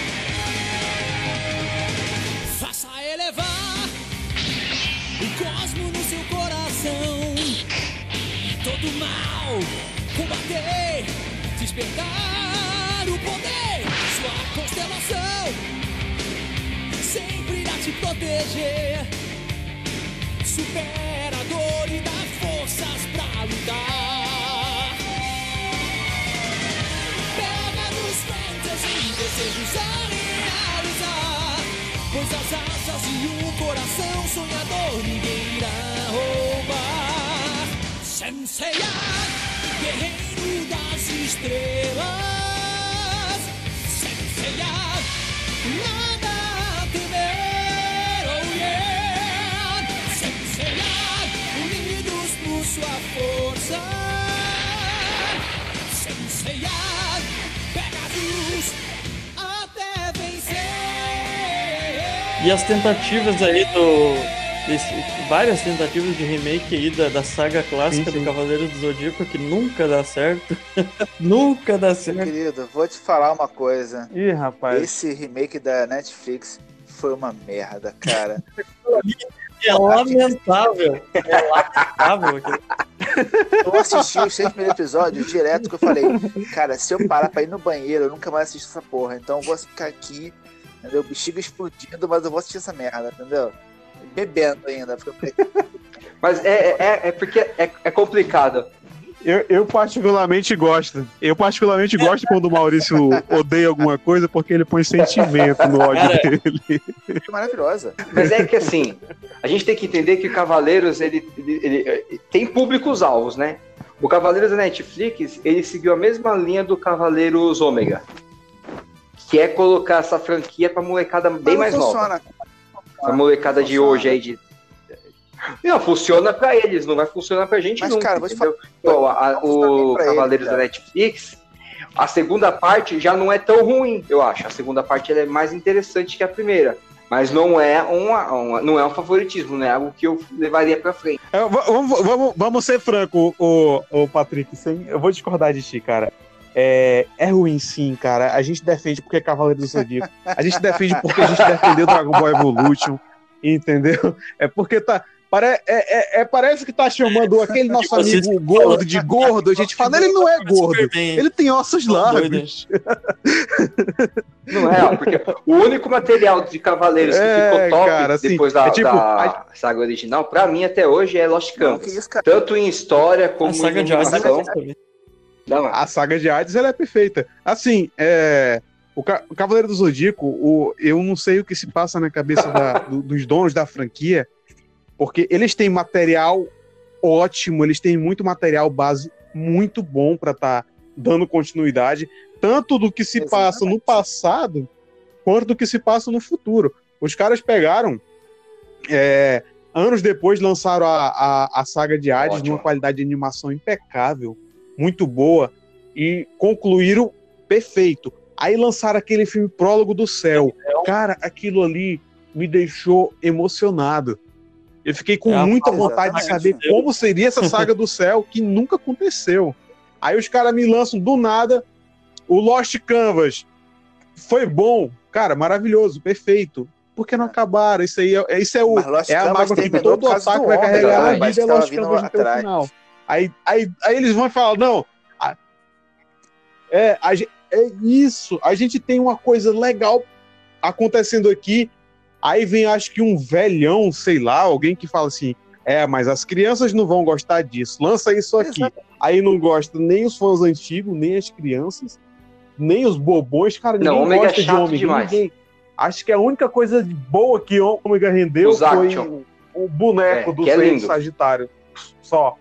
Faça elevar o cosmo no seu coração. Todo mal combater, despertar o poder. Sua constelação sempre irá te proteger. Supera a dor e dá forças pra lutar. Pega nos ventos e desejos a realizar. Pois as asas e um coração sonhador ninguém irá roubar. Senseiya, guerreiro das estrelas. Senseiya, nada a temer, oh yeah. Senseiya, unidos por sua força. Senseiya, pegados até vencer. E as tentativas aí várias tentativas de remake aí da saga clássica Sim, sim. do Cavaleiro do Zodíaco, que nunca dá certo. Nunca dá certo. Querido, vou te falar uma coisa. Ih, rapaz. Esse remake da Netflix foi uma merda, cara. É lamentável. É lamentável. Eu assisti os 6 primeiros episódios direto, que eu falei, cara, se eu parar pra ir no banheiro, eu nunca mais assisto essa porra. Então eu vou ficar aqui, entendeu? Bexiga explodindo, mas eu vou assistir essa merda, entendeu? Bebendo ainda. Porque eu falei, Mas porque é complicado. Eu particularmente gosto. Eu particularmente gosto quando o Maurício odeia alguma coisa, porque ele põe sentimento no ódio Cara, dele. que maravilhosa. Mas é que assim, a gente tem que entender que o Cavaleiros, ele tem públicos-alvos, né? O Cavaleiros da Netflix, ele seguiu a mesma linha do Cavaleiros Ômega, que é colocar essa franquia pra molecada bem mais nova. Funciona. A molecada de hoje aí Não, funciona pra eles, não vai funcionar pra gente Mas, nunca, cara, vou te entendeu? falar- Então, Não o funciona pra Cavaleiros eles, da Netflix, a segunda parte já não é tão ruim, eu acho. A segunda parte ela é mais interessante que a primeira. Mas não é não é um favoritismo, não é algo que eu levaria pra frente. Vamos ser franco, o Patrick. Eu vou discordar de ti, cara. É ruim sim, cara. A gente defende porque é Cavaleiro do Zodíaco. A gente defende porque a gente defendeu Dragon Ball Evolution. Entendeu? É porque tá. Parece que tá chamando aquele nosso amigo gordo de gordo. A gente fala, ele não é gordo. Ele tem ossos largos. Não é, ó, porque o único material de Cavaleiros que ficou top cara, assim, depois da, é tipo, da saga original, pra mim até hoje é Lost Não, Canvas. que isso, cara. Tanto em história como A saga em de Hades animação. também. Não, A saga de Hades, ela é perfeita. Assim, o Cavaleiro do Zodíaco, eu não sei o que se passa na cabeça dos donos da franquia, porque eles têm material ótimo, eles têm muito material base muito bom pra estar dando continuidade, tanto do que se passa no passado, quanto do que se passa no futuro. Os caras pegaram, anos depois, lançaram a saga de Hades Ótimo. numa qualidade de animação impecável, muito boa, e concluíram perfeito. Aí lançaram aquele filme Prólogo do Céu. Cara, aquilo ali me deixou emocionado. Eu fiquei com muita vontade de saber como seria essa saga do céu, que nunca aconteceu. Aí os caras me lançam do nada o Lost Canvas. Foi bom, cara, maravilhoso, perfeito. Por que não acabaram? Isso aí é a mágoa que todo ataque vai carregar a vida, é Lost Canvas até o final. Aí eles vão falar, não, é isso, a gente tem uma coisa legal acontecendo aqui. Aí vem, acho que um velhão, sei lá, alguém que fala assim, mas as crianças não vão gostar disso, lança isso aqui. Aí não gosta nem os fãs antigos, nem as crianças, nem os bobões, cara, ninguém Ômega gosta é de chato Ômega, demais. ninguém. Acho que a única coisa boa que Ômega rendeu Os foi action. o boneco do que é Senhor lindo. Sagitário. Só.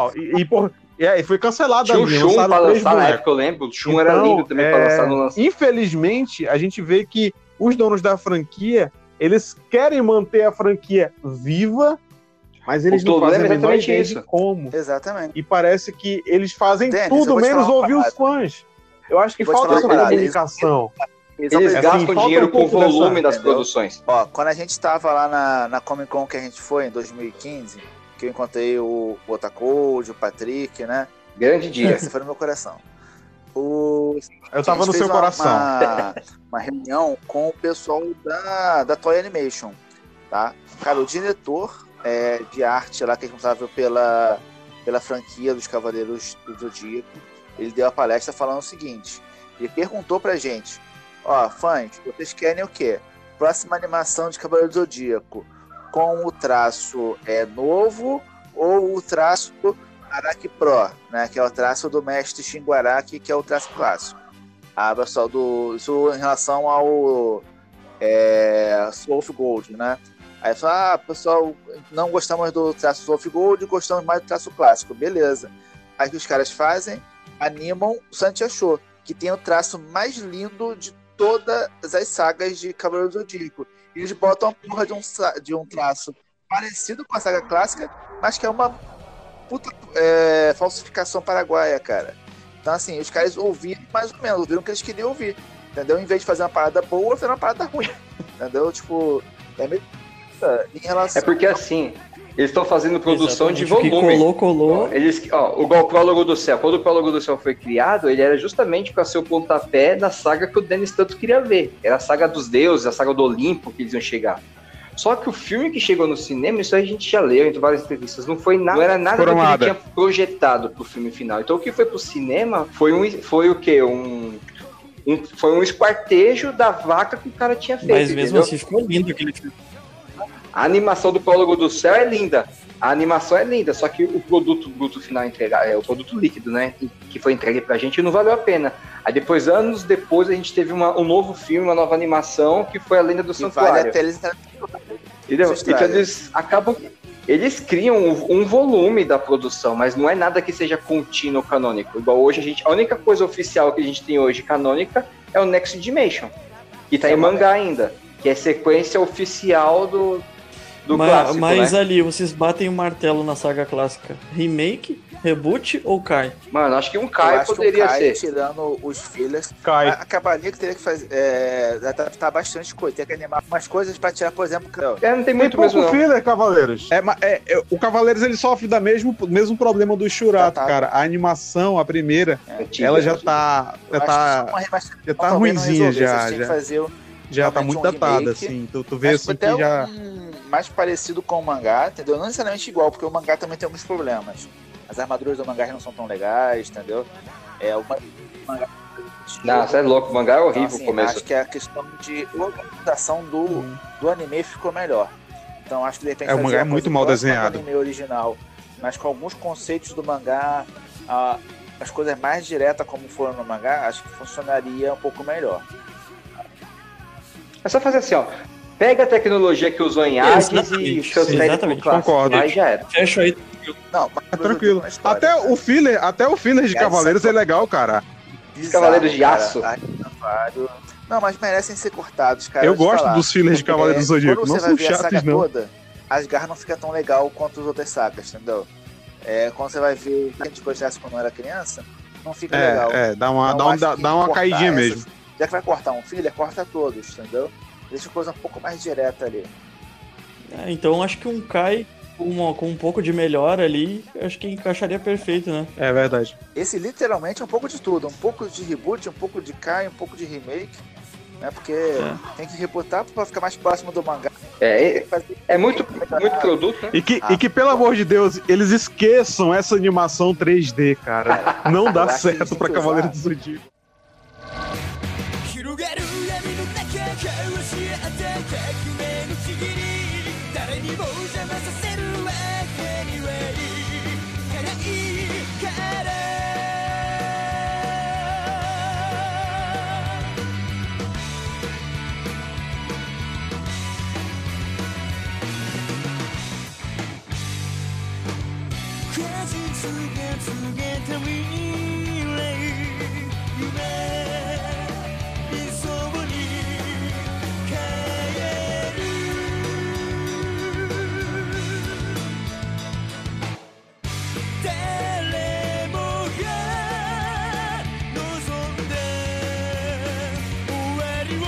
E foi cancelado Tinha o ali, Shun lançaram pra 3 lançar na bonecos. época, eu lembro. O Shun era lindo também pra lançar no lançamento. Infelizmente, a gente vê que os donos da franquia, eles querem manter a franquia viva, mas eles O não fazem a problema é menor exatamente ideia isso. de como. Exatamente. E parece que eles fazem Dennis, eu tudo, vou te menos falar uma ouvir os parada. fãs. Eu acho que Vou te falta falar essa uma parada. comunicação. Eles assim, gastam falta dinheiro um com pouco volume dessa, das entendeu? produções. Ó, quando a gente tava lá na Comic Con que a gente foi, em 2015, que eu encontrei o Otacode, o Patrick, né? Grande dia. Você foi no meu coração. Eu tava A gente no seu fez coração. uma reunião com o pessoal da Toy Animation, tá? Cara, o diretor de arte lá, que é responsável pela franquia dos Cavaleiros do Zodíaco, ele deu a palestra falando o seguinte, ele perguntou pra gente, ó, fãs, vocês querem o quê? Próxima animação de Cavaleiro do Zodíaco, com o traço novo ou o traço Araki Pro, né, que é o traço do mestre Shingo Araki, que é o traço clássico. Pessoal, isso em relação ao Soul of Gold, né? Aí fala, pessoal, não gostamos do traço Soul of Gold, gostamos mais do traço clássico, beleza. Aí o que os caras fazem? Animam o Santi Achou, que tem o traço mais lindo de todas as sagas de Cavaleiro do Zodíaco. E eles botam a porra de um traço parecido com a saga clássica, mas que é uma puta falsificação paraguaia, cara. Então, assim, os caras ouviram mais ou menos, ouviram o que eles queriam ouvir, entendeu? Em vez de fazer uma parada boa, fizeram uma parada ruim, entendeu? Tipo, meio em relação... É porque, assim, eles estão fazendo produção de Exatamente, volume. que colou. O Prólogo do Céu. Quando o Prólogo do Céu foi criado, ele era justamente para ser o pontapé da saga que o Dennis tanto queria ver. Era a saga dos deuses, a saga do Olimpo que eles iam chegar. Só que o filme que chegou no cinema, isso aí a gente já leu em várias entrevistas, não era nada do que ele tinha projetado pro filme final. Então o que foi pro cinema foi o quê? Foi um esquartejo da vaca que o cara tinha feito. Mas mesmo entendeu? assim ficou lindo aquele filme. A animação do Prólogo do Céu é linda. A animação é linda, só que o produto bruto final o produto líquido, né? Que foi entregue pra gente não valeu a pena. Aí depois, anos depois, a gente teve um novo filme, uma nova animação, que foi A Lenda do Santuário. Vale até eles... Entendeu? Então eles acabam... Eles criam um volume da produção, mas não é nada que seja contínuo canônico. Igual hoje, a única coisa oficial que a gente tem hoje canônica é o Next Dimension, que tá em mangá ainda, que é sequência oficial do clássico, mas né? ali, vocês batem o martelo na saga clássica. Remake, reboot ou cai? Mano, acho que um Eu Kai acho que poderia o Kai, ser. tirando os fillers, Cai. acabaria que teria que fazer adaptar bastante coisa, tem que animar umas coisas pra tirar, por exemplo, Não tem Tem muito pouco mesmo, não. filler, Cavaleiros. O Cavaleiros, ele sofre do mesmo problema do Shurato, Tá. cara. A animação, a primeira, Antiga. ela já tá ruinzinha já tá muito datada, assim. Tu vê assim que já... mais parecido com o mangá, entendeu? Não necessariamente igual, porque o mangá também tem alguns problemas. As armaduras do mangá não são tão legais, entendeu? O mangá Não, você é louco, o mangá é horrível Então, assim, o começo. acho que a questão de organização do anime ficou melhor. Então acho que de repente O mangá fazer é uma muito coisa mal próxima do desenhado. anime original, mas com alguns conceitos do mangá, as coisas mais diretas como foram no mangá, acho que funcionaria um pouco melhor. É só fazer assim, ó. Pega a tecnologia que usou em Hades e Exatamente, transfere pro exatamente, clássico. concordo. Aí já era. Fecha aí. Não, mas É tranquilo. na história, Até cara. o filler de Cara, Cavaleiros é legal, cara. Bizarro, Cavaleiros de cara. Aço. Ai, Navarro. Não, mas merecem ser cortados, cara. Eu vou te gosto falar. dos fillers de Cavaleiros do Zodíaco. Quando Não você vai são ver a saga chatos, não. toda, Asgard não fica tão legal quanto as outras sagas, entendeu? Quando você vai ver a gente gostasse quando era criança, não fica legal. Dá uma, Então, acho que dá uma cortar caidinha essas- mesmo. Já que vai cortar um filler, corta todos, entendeu? Deixa a coisa um pouco mais direta ali. Então acho que um Kai com um pouco de melhora ali, acho que encaixaria perfeito, né? É verdade. Esse literalmente é um pouco de tudo. Um pouco de reboot, um pouco de Kai, um pouco de remake. Né? Porque tem que rebootar pra ficar mais próximo do mangá. É muito produto, né? E que, pelo amor de Deus, eles esqueçam essa animação 3D, cara. Não dá Eu acho que eles certo têm pra que Cavaleiro usar. do Zodíaco. 広がる闇の中交わし合った革命のちぎり誰にも邪魔させるわけにはいかないから果実が告げた未来夢理想に変える誰もが望んで終わりを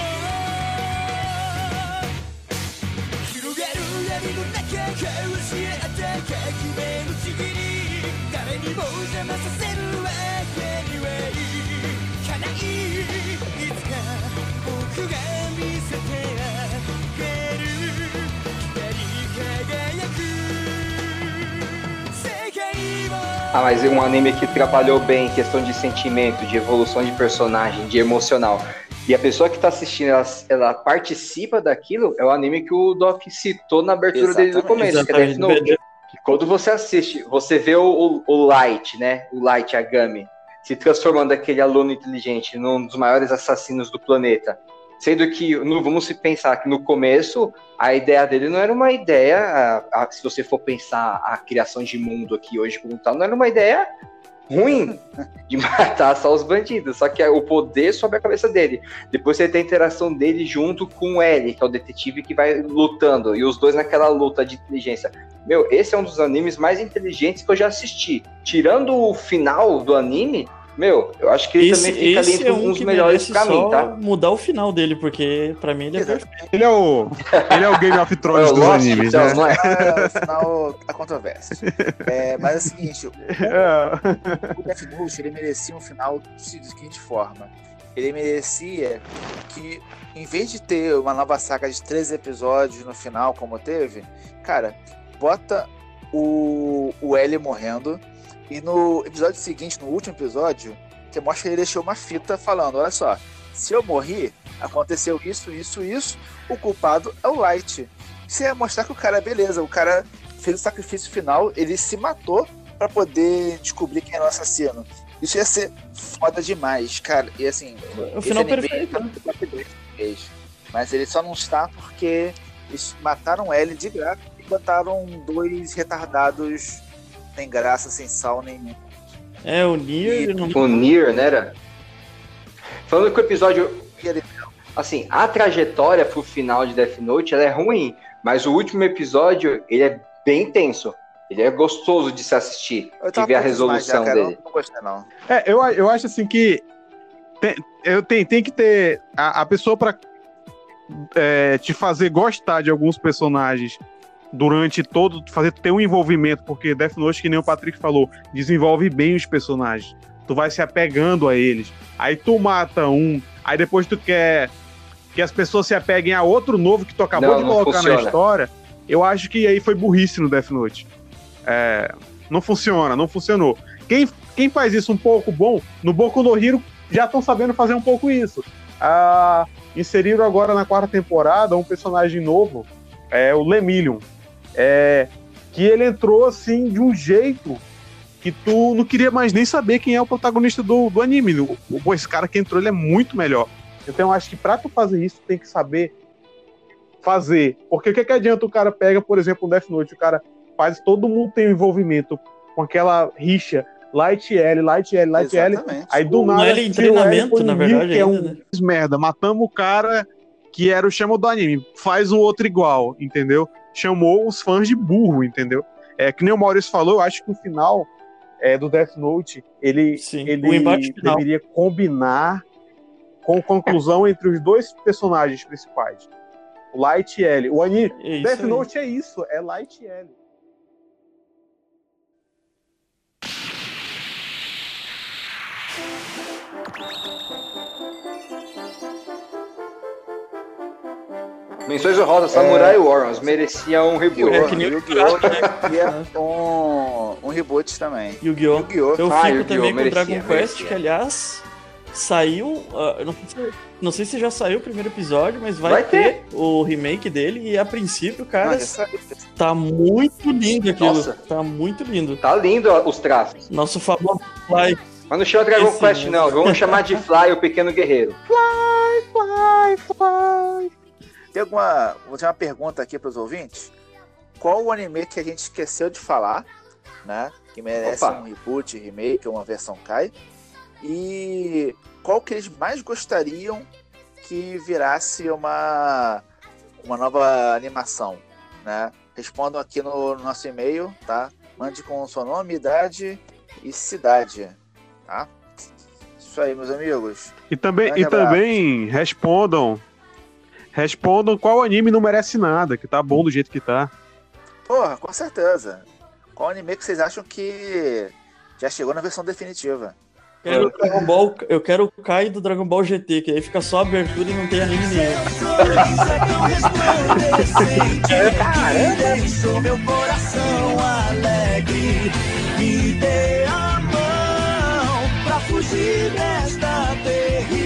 広がる闇の中交わし合った革命のちぎり誰にも邪魔させるわけにはいかないいつか僕が見せてあげる光り輝く世界を Ah, mas um anime que trabalhou bem em questão de sentimento, de evolução de personagem, de emocional. E a pessoa que tá assistindo, ela participa daquilo, é o anime que o Doc citou na abertura dele do começo, que é Death Note. Quando você assiste, você vê o Light, né? O Light Yagami se transformando daquele aluno inteligente num dos maiores assassinos do planeta. Sendo que, vamos pensar que no começo, a ideia dele não era uma ideia, se você for pensar a criação de mundo aqui hoje como tal, não era uma ideia ruim de matar só os bandidos, só que o poder sobe a cabeça dele. Depois você tem a interação dele junto com o L, que é o detetive que vai lutando, e os dois naquela luta de inteligência. Meu, esse é um dos animes mais inteligentes que eu já assisti. Tirando o final do anime, meu, eu acho que ele também fica ali entre um dos melhores pra mim, tá? Mudar o final dele, porque pra mim ele é perfeito. Ele é o Game of Thrones É o dos Lost, animes, então, né? não é? Afinal, há controvérsia. Mas é o seguinte, o Death Note, ele merecia um final de seguinte forma. Ele merecia que, em vez de ter uma nova saga de 13 episódios no final, como teve, cara, bota o L morrendo e no episódio seguinte, no último episódio, você mostra que ele deixou uma fita falando, olha só, se eu morri, aconteceu isso, o culpado é o Light. Você ia mostrar que o cara, beleza, o cara fez o sacrifício final, ele se matou pra poder descobrir quem era o assassino. Isso ia ser foda demais, cara. E assim, O final perfeito, né? Mas ele só não está porque eles mataram L de graça e botaram dois retardados sem graça, sem sal nenhum. O Nier não... O Nier, né? Era? Falando que o episódio... Assim, a trajetória pro final de Death Note, ela é ruim, mas o último episódio, ele é bem tenso. Ele é gostoso de se assistir, de ver a resolução dele. Eu não gostei, não. Eu acho assim que tem que ter a pessoa pra te fazer gostar de alguns personagens durante todo, ter um envolvimento, porque Death Note, que nem o Patrick falou, desenvolve bem os personagens. Tu vai se apegando a eles. Aí tu mata um, aí depois tu quer que as pessoas se apeguem a outro novo que tu acabou de colocar na história. Eu acho que aí foi burrice no Death Note. Não funcionou. Quem faz isso um pouco bom, no Boku no Hero já estão sabendo fazer um pouco isso. Inseriram agora na 4ª temporada um personagem novo, o Lemillion, que ele entrou assim de um jeito que tu não queria mais nem saber quem é o protagonista do anime. Pô, esse cara que entrou, ele é muito melhor. Então eu acho que pra tu fazer isso, tu tem que saber fazer. Porque o que adianta o cara pega, por exemplo, o Death Note, o cara faz, todo mundo tem um envolvimento com aquela rixa, Light L, aí do nada... Ele em treinamento, na verdade, que é um merda, matamos o cara que era o chama do anime, faz o outro igual, entendeu? Chamou os fãs de burro, entendeu? Que nem o Maurício falou, eu acho que o final do Death Note, ele deveria combinar com conclusão entre os dois personagens principais, o Light L. O anime Death Note é isso, é Light L. Menções honrosas, Samurai Warriors merecia um reboot. Que nem Yu-Gi-Oh! Um reboot também. Yu-Gi-Oh! Eu fico Yu-Gi-Oh! também com Merecia, Dragon Quest, merecia. que aliás saiu. Não sei se já saiu o primeiro episódio, mas vai ter o remake dele. E a princípio, cara, tá muito lindo aquilo. Nossa. Tá muito lindo. Tá lindo os traços. Nosso famoso Fly. Mas não chama Dragon Esse Quest, mesmo. não. Vamos chamar de Fly, o pequeno guerreiro. Vou ter uma pergunta aqui para os ouvintes. Qual o anime que a gente esqueceu de falar, né? Que merece um reboot, remake ou uma versão Kai? E qual que eles mais gostariam que virasse uma nova animação, né? Respondam aqui no nosso e-mail, tá? Mande com seu nome, idade e cidade, tá? Isso aí, meus amigos. E também respondam qual anime não merece nada, que tá bom do jeito que tá. Porra, com certeza. Qual anime que vocês acham que já chegou na versão definitiva? Eu quero o Kai do Dragon Ball GT, que aí fica só abertura e não tem anime nenhum. Deixou meu coração alegre, me dê a mão pra fugir desta terrível